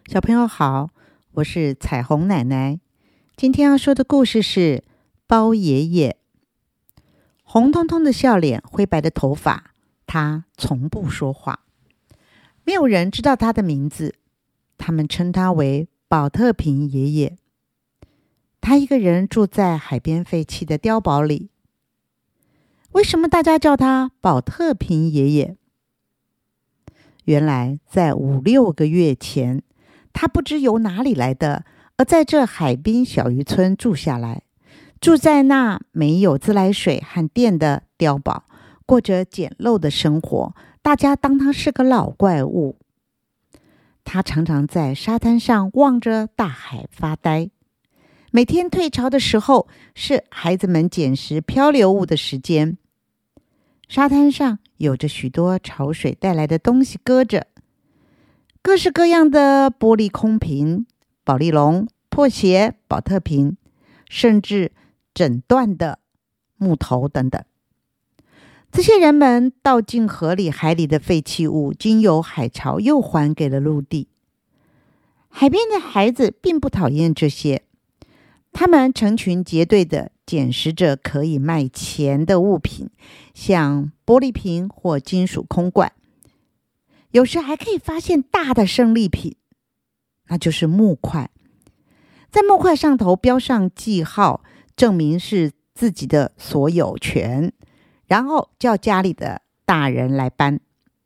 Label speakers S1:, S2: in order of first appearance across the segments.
S1: 小朋友好，我是彩虹奶奶。今天要说的故事是包爷爷。红彤彤的笑脸，灰白的头发，他从不说话。没有人知道他的名字，他们称他为宝特瓶爷爷。他一个人住在海边废弃的碉堡里。为什么大家叫他宝特瓶爷爷？原来在5-6个月前，他不知由哪里来的，而在这海滨小渔村住下来，住在那没有自来水和电的碉堡，过着简陋的生活。大家当他是个老怪物。他常常在沙滩上望着大海发呆。每天退潮的时候，是孩子们捡拾漂流物的时间。沙滩上有着许多潮水带来的东西搁着，各式各样的玻璃空瓶、保丽龙、破鞋、保特瓶，甚至整段的木头等等。这些人们倒进河里、海里的废弃物，经由海潮又还给了陆地。海边的孩子并不讨厌这些，他们成群结队地捡拾着可以卖钱的物品，像玻璃瓶或金属空罐。有时还可以发现大的胜利品，那就是木块。在木块上头标上记号，证明是自己的所有权，然后叫家里的大人来搬。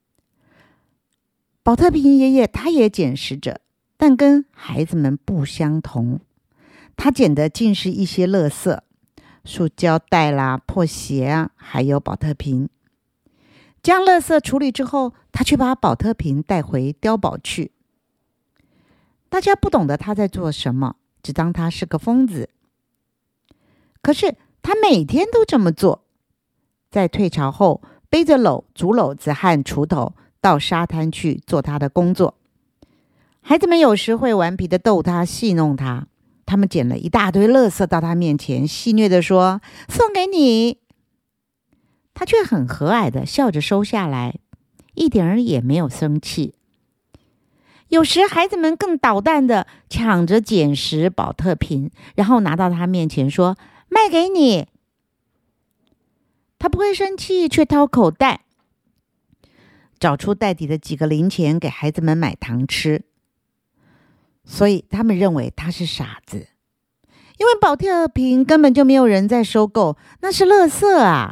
S1: 宝特瓶爷爷他也捡拾着，但跟孩子们不相同。他捡的尽是一些垃圾，塑胶袋啦、破鞋啊，还有保特瓶。将垃圾处理之后，他却把保特瓶带回碉堡去。大家不懂得他在做什么，只当他是个疯子。可是他每天都这么做。在退潮后，背着竹篓子和锄头到沙滩去做他的工作。孩子们有时会顽皮地逗他、戏弄他。他们捡了一大堆垃圾到他面前，戏谑地说：“送给你。”他却很和蔼地笑着收下来，一点儿也没有生气。有时孩子们更捣蛋地抢着捡拾保特瓶，然后拿到他面前说：“卖给你。”他不会生气，却掏口袋，找出袋底的几个零钱给孩子们买糖吃。所以他们认为他是傻子，因为保特瓶根本就没有人在收购，那是垃圾啊。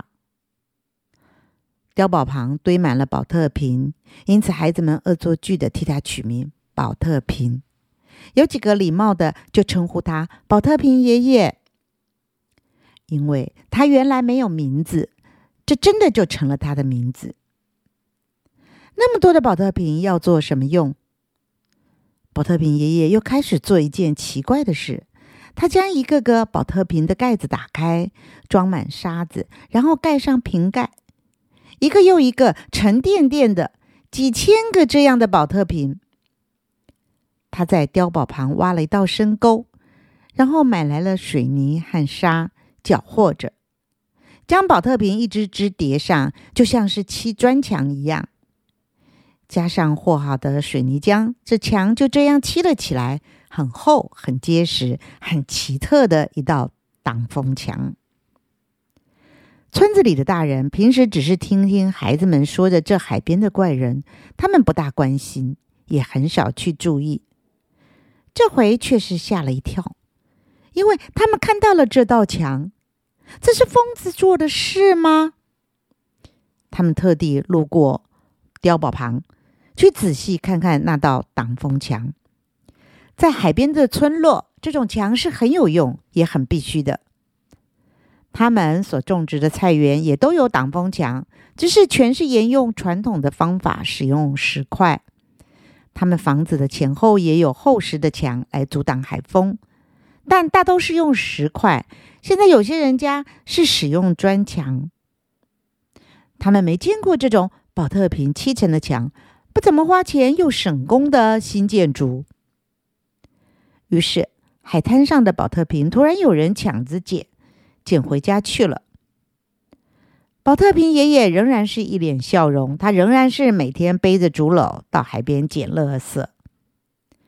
S1: 碉堡旁堆满了保特瓶，因此孩子们恶作剧地替他取名保特瓶。有几个礼貌的就称呼他保特瓶爷爷，因为他原来没有名字，这真的就成了他的名字。那么多的保特瓶要做什么用？保特瓶爷爷又开始做一件奇怪的事，他将一个个保特瓶的盖子打开，装满沙子，然后盖上瓶盖。一个又一个沉甸甸的几千个这样的保特瓶。他在碉堡旁挖了一道深沟，然后买来了水泥和沙，搅和着，将保特瓶一只只叠上，就像是砌砖墙一样。加上和好的水泥浆，这墙就这样砌了起来，很厚、很结实、很奇特的一道挡风墙。村子里的大人平时只是听听孩子们说着这海边的怪人，他们不大关心，也很少去注意。这回却是吓了一跳，因为他们看到了这道墙。这是疯子做的事吗？他们特地路过碉堡旁，去仔细看看那道挡风墙。在海边的村落，这种墙是很有用，也很必须的。他们所种植的菜园也都有挡风墙，只是全是沿用传统的方法，使用石块。他们房子的前后也有厚实的墙来阻挡海风，但大都是用石块。现在有些人家是使用砖墙。他们没见过这种保特瓶砌成的墙，不怎么花钱又省工的新建筑。于是海滩上的保特瓶突然有人抢着捡回家去了。保特瓶爷爷仍然是一脸笑容，他仍然是每天背着竹篓到海边捡垃圾。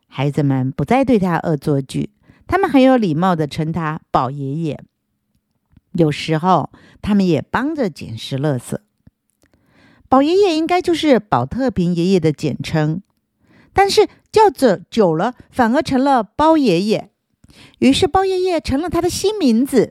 S1: 孩子们不再对他恶作剧，他们很有礼貌地称他宝爷爷。有时候他们也帮着捡拾垃圾。宝爷爷应该就是宝特瓶爷爷的简称，但是叫着久了反而成了包爷爷，于是包爷爷成了他的新名字。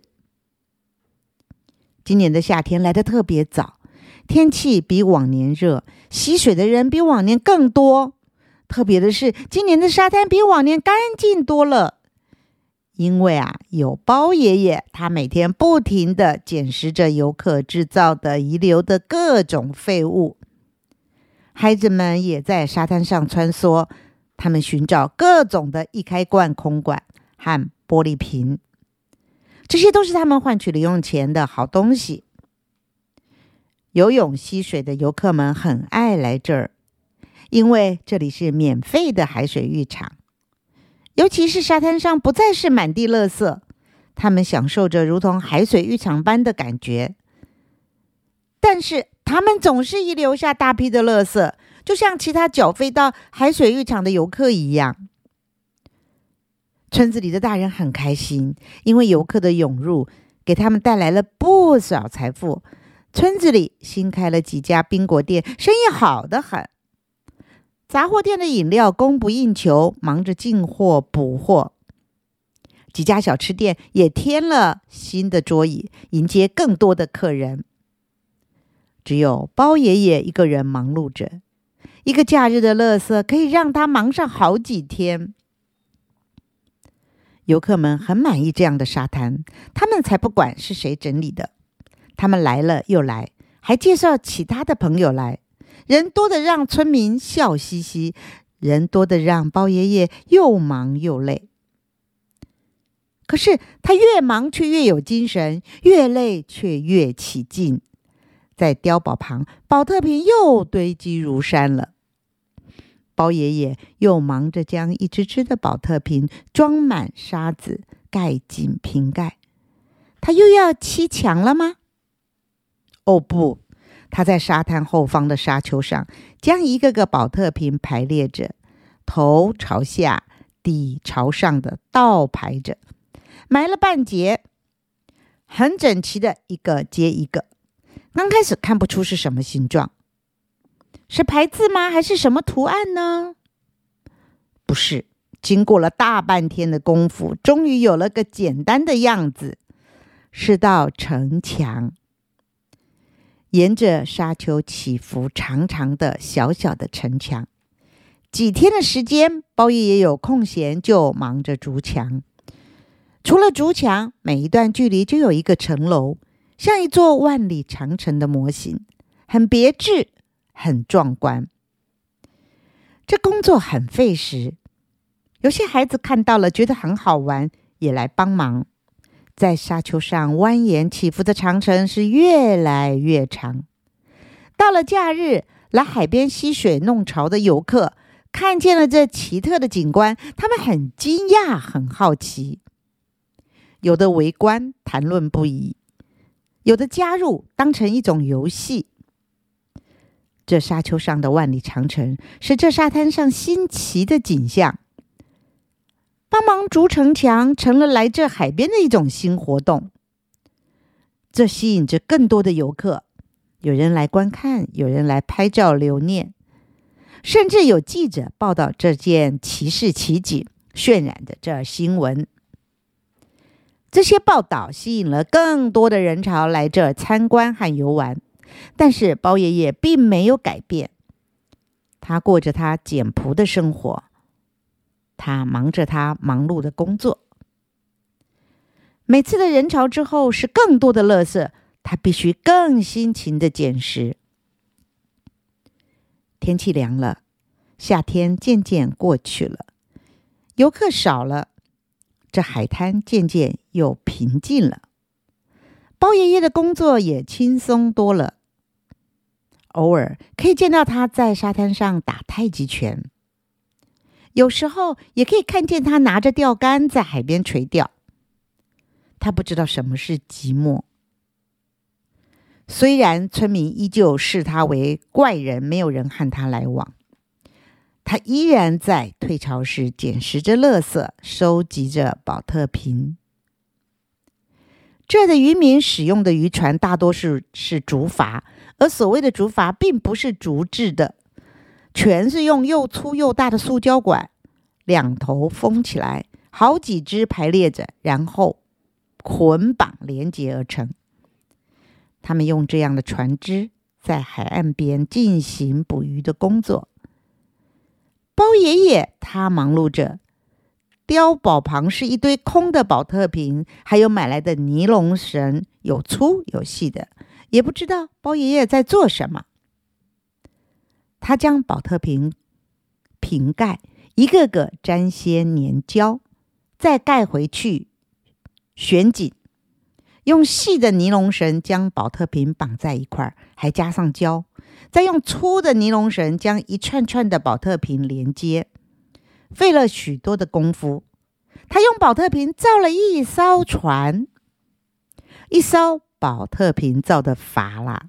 S1: 今年的夏天来得特别早，天气比往年热，洗水的人比往年更多。特别的是，今年的沙滩比往年干净多了，因为有包爷爷，他每天不停地捡拾着游客制造的遗留的各种废物。孩子们也在沙滩上穿梭，他们寻找各种的易开罐空管和玻璃瓶，这些都是他们换取零用钱的好东西。游泳嬉水的游客们很爱来这儿，因为这里是免费的海水浴场。尤其是沙滩上不再是满地垃圾，他们享受着如同海水浴场般的感觉。但是他们总是遗留下大批的垃圾，就像其他缴费到海水浴场的游客一样。村子里的大人很开心，因为游客的涌入给他们带来了不少财富。村子里新开了几家冰果店，生意好得很。杂货店的饮料供不应求，忙着进货补货。几家小吃店也添了新的桌椅，迎接更多的客人。只有包爷爷一个人忙碌着，一个假日的垃圾可以让他忙上好几天。游客们很满意这样的沙滩，他们才不管是谁整理的，他们来了又来，还介绍其他的朋友来。人多的让村民笑嘻嘻，人多的让包爷爷又忙又累。可是他越忙却越有精神，越累却越起劲。在碉堡旁，宝特瓶又堆积如山了。包爷爷又忙着将一只只的宝特瓶装满沙子，盖紧瓶盖。他又要砌墙了吗？哦不，他在沙滩后方的沙丘上将一个个宝特瓶排列着，头朝下，底朝上的倒排着，埋了半截，很整齐的一个接一个。刚开始看不出是什么形状，是牌子吗？还是什么图案呢？不是，经过了大半天的功夫，终于有了个简单的样子，是道城墙。沿着沙丘起伏长长的小小的城墙。几天的时间，包爷爷有空闲就忙着筑墙。除了筑墙，每一段距离就有一个城楼，像一座万里长城的模型，很别致，很壮观。这工作很费时，有些孩子看到了觉得很好玩，也来帮忙。在沙丘上蜿蜒起伏的长城是越来越长。到了假日，来海边嬉水弄潮的游客看见了这奇特的景观，他们很惊讶，很好奇。有的围观谈论不已，有的加入当成一种游戏。这沙丘上的万里长城是这沙滩上新奇的景象。帮忙筑城墙成了来这海边的一种新活动，这吸引着更多的游客，有人来观看，有人来拍照留念，甚至有记者报道这件奇事奇景，渲染着这新闻。这些报道吸引了更多的人潮来这参观和游玩，但是包爷爷并没有改变，他过着他简朴的生活，他忙着他忙碌的工作。每次的人潮之后是更多的垃圾，他必须更辛勤的捡拾。天气凉了，夏天渐渐过去了，游客少了，这海滩渐渐又平静了。包爷爷的工作也轻松多了，偶尔可以见到他在沙滩上打太极拳，有时候也可以看见他拿着钓竿在海边垂钓。他不知道什么是寂寞。虽然村民依旧视他为怪人，没有人和他来往， 他依然在退潮时捡拾着垃圾，收集着宝特瓶。这的渔民使用的渔船大多是竹筏，而所谓的竹筏并不是竹制的，全是用又粗又大的塑胶管，两头封起来，好几只排列着，然后捆绑连接而成。他们用这样的船只在海岸边进行捕鱼的工作。包爷爷他忙碌着，碉堡旁是一堆空的宝特瓶，还有买来的尼龙绳，有粗有细的，也不知道包爷爷在做什么。他将宝特瓶瓶盖一个个沾些粘胶，再盖回去旋紧，用细的尼龙绳将宝特瓶绑在一块，还加上胶，再用粗的尼龙绳将一串串的宝特瓶连接，费了许多的功夫。他用宝特瓶造了一艘船，一艘宝特瓶造的筏啦。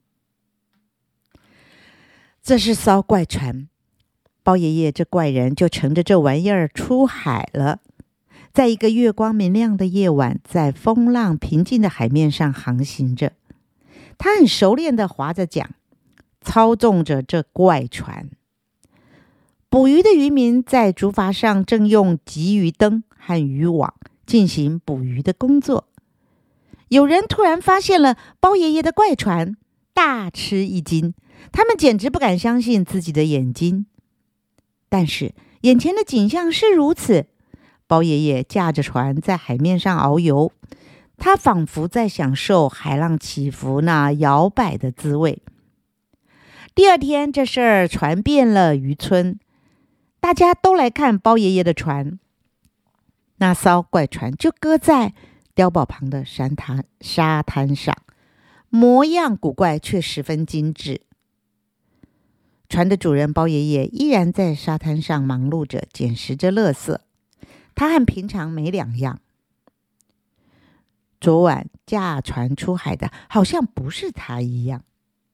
S1: 这是艘怪船，包爷爷这怪人就乘着这玩意儿出海了，在一个月光明亮的夜晚，在风浪平静的海面上航行着。他很熟练地划着桨，操纵着这怪船。捕鱼的渔民在竹筏上正用集鱼灯和渔网进行捕鱼的工作。有人突然发现了包爷爷的怪船，大吃一惊，他们简直不敢相信自己的眼睛。但是眼前的景象是如此，包爷爷驾着船在海面上遨游，他仿佛在享受海浪起伏那摇摆的滋味。第二天，这事儿传遍了渔村，大家都来看包爷爷的船。那艘怪船就搁在碉堡旁的沙滩上，模样古怪却十分精致。船的主人包爷爷依然在沙滩上忙碌着，捡拾着垃圾。他和平常没两样。昨晚驾船出海的好像不是他一样。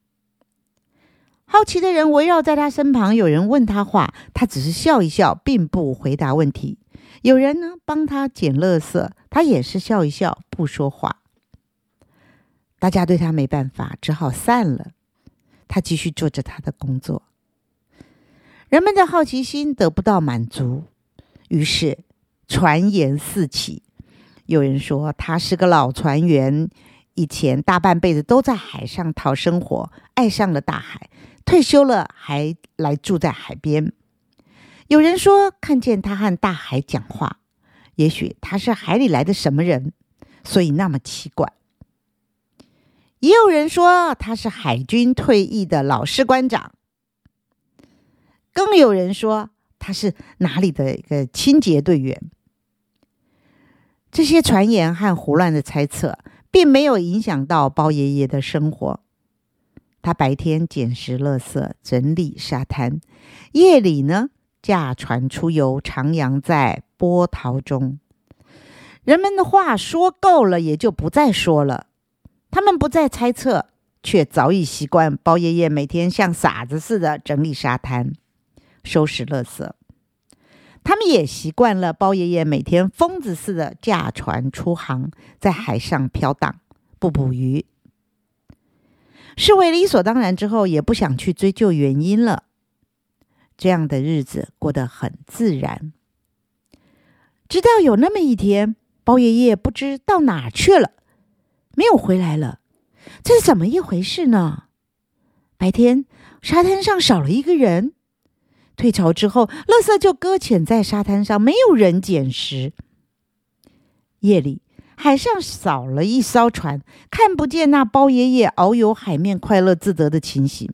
S1: 好奇的人围绕在他身旁，有人问他话，他只是笑一笑，并不回答问题。有人呢帮他捡垃圾，他也是笑一笑，不说话。大家对他没办法，只好散了。他继续做着他的工作。人们的好奇心得不到满足，于是传言四起。有人说他是个老船员，以前大半辈子都在海上讨生活，爱上了大海，退休了还来住在海边。有人说看见他和大海讲话，也许他是海里来的什么人，所以那么奇怪。也有人说他是海军退役的老士官长，更有人说他是哪里的一个清洁队员。这些传言和胡乱的猜测并没有影响到包爷爷的生活。他白天捡拾垃圾，整理沙滩，夜里呢驾船出游，徜徉在波涛中。人们的话说够了，也就不再说了。他们不再猜测，却早已习惯包爷爷每天像傻子似的整理沙滩，收拾垃圾。他们也习惯了包爷爷每天疯子似的驾船出航，在海上飘荡，不捕鱼。视为理所当然之后，也不想去追究原因了。这样的日子过得很自然。直到有那么一天，包爷爷不知到哪去了，没有回来了。这是怎么一回事呢？白天沙滩上少了一个人，退潮之后，垃圾就搁浅在沙滩上，没有人捡拾。夜里，海上少了一艘船，看不见那包爷爷遨游海面快乐自得的情形。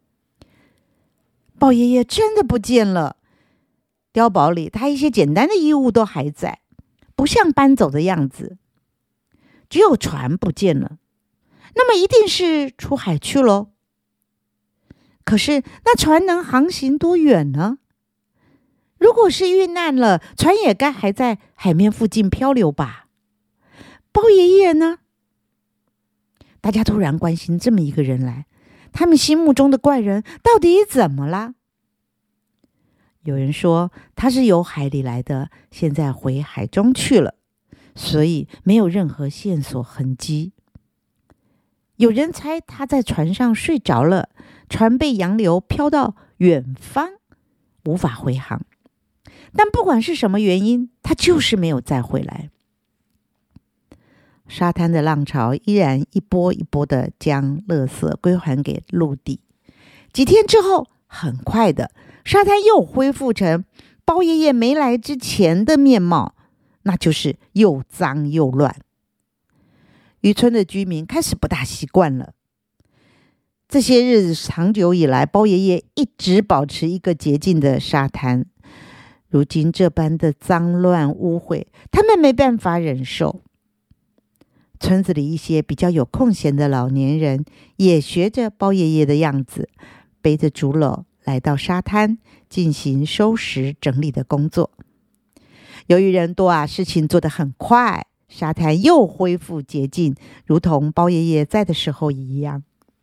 S1: 包爷爷真的不见了。碉堡里，他一些简单的衣物都还在，不像搬走的样子。只有船不见了，那么一定是出海去咯。可是那船能航行多远呢？如果是遇难了，船也该还在海面附近漂流吧？包爷爷呢？大家突然关心这么一个人来，他们心目中的怪人到底怎么了？ 有人说他是由海里来的，现在回海中去了，所以没有任何线索痕迹。有人猜他在船上睡着了，船被洋流飘到远方，无法回航。但不管是什么原因，他就是没有再回来。沙滩的浪潮依然一波一波的将垃圾归还给陆地。几天之后，很快的，沙滩又恢复成包爷爷没来之前的面貌，那就是又脏又乱。渔村的居民开始不大习惯了。这些日子长久以来，包爷爷一直保持一个洁净的沙滩，如今这般的脏乱污秽，他们没办法忍受。村子里一些比较有空闲的老年人也学着包爷爷的样子，背着竹篓来到沙滩进行收拾整理的工作。由于人多事情做得很快，沙滩又恢复洁净，如同包爷爷在的时候一样。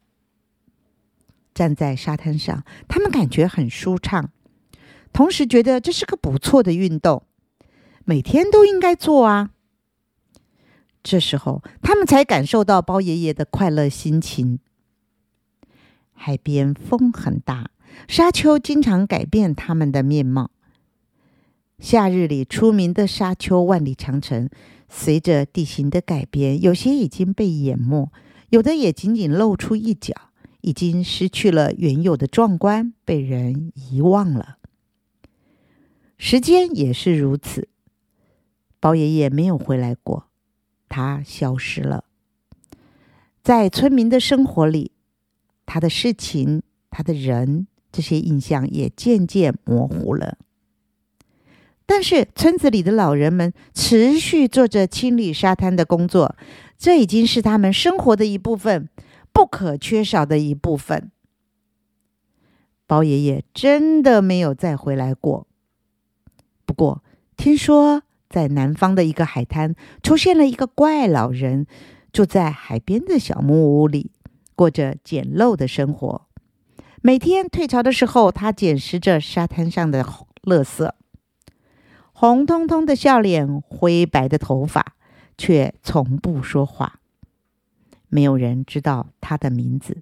S1: 站在沙滩上，他们感觉很舒畅，同时觉得这是个不错的运动，每天都应该做啊。这时候，他们才感受到包爷爷的快乐心情。海边风很大，沙丘经常改变他们的面貌。夏日里出名的沙丘万里长城，随着地形的改变，有些已经被淹没，有的也仅仅露出一角，已经失去了原有的壮观，被人遗忘了。时间也是如此，包爷爷没有回来过，他消失了。在村民的生活里，他的事情，他的人，这些印象也渐渐模糊了。但是村子里的老人们持续做着清理沙滩的工作，这已经是他们生活的一部分，不可缺少的一部分。包爷爷真的没有再回来过。不过听说在南方的一个海滩出现了一个怪老人，住在海边的小木屋里，过着简陋的生活。每天退潮的时候，他捡拾着沙滩上的垃圾，红彤彤的笑脸，灰白的头发，却从不说话。没有人知道他的名字。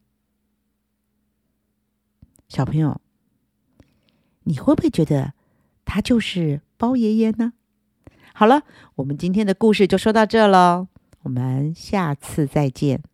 S1: 小朋友，你会不会觉得他就是包爷爷呢？好了，我们今天的故事就说到这咯，我们下次再见。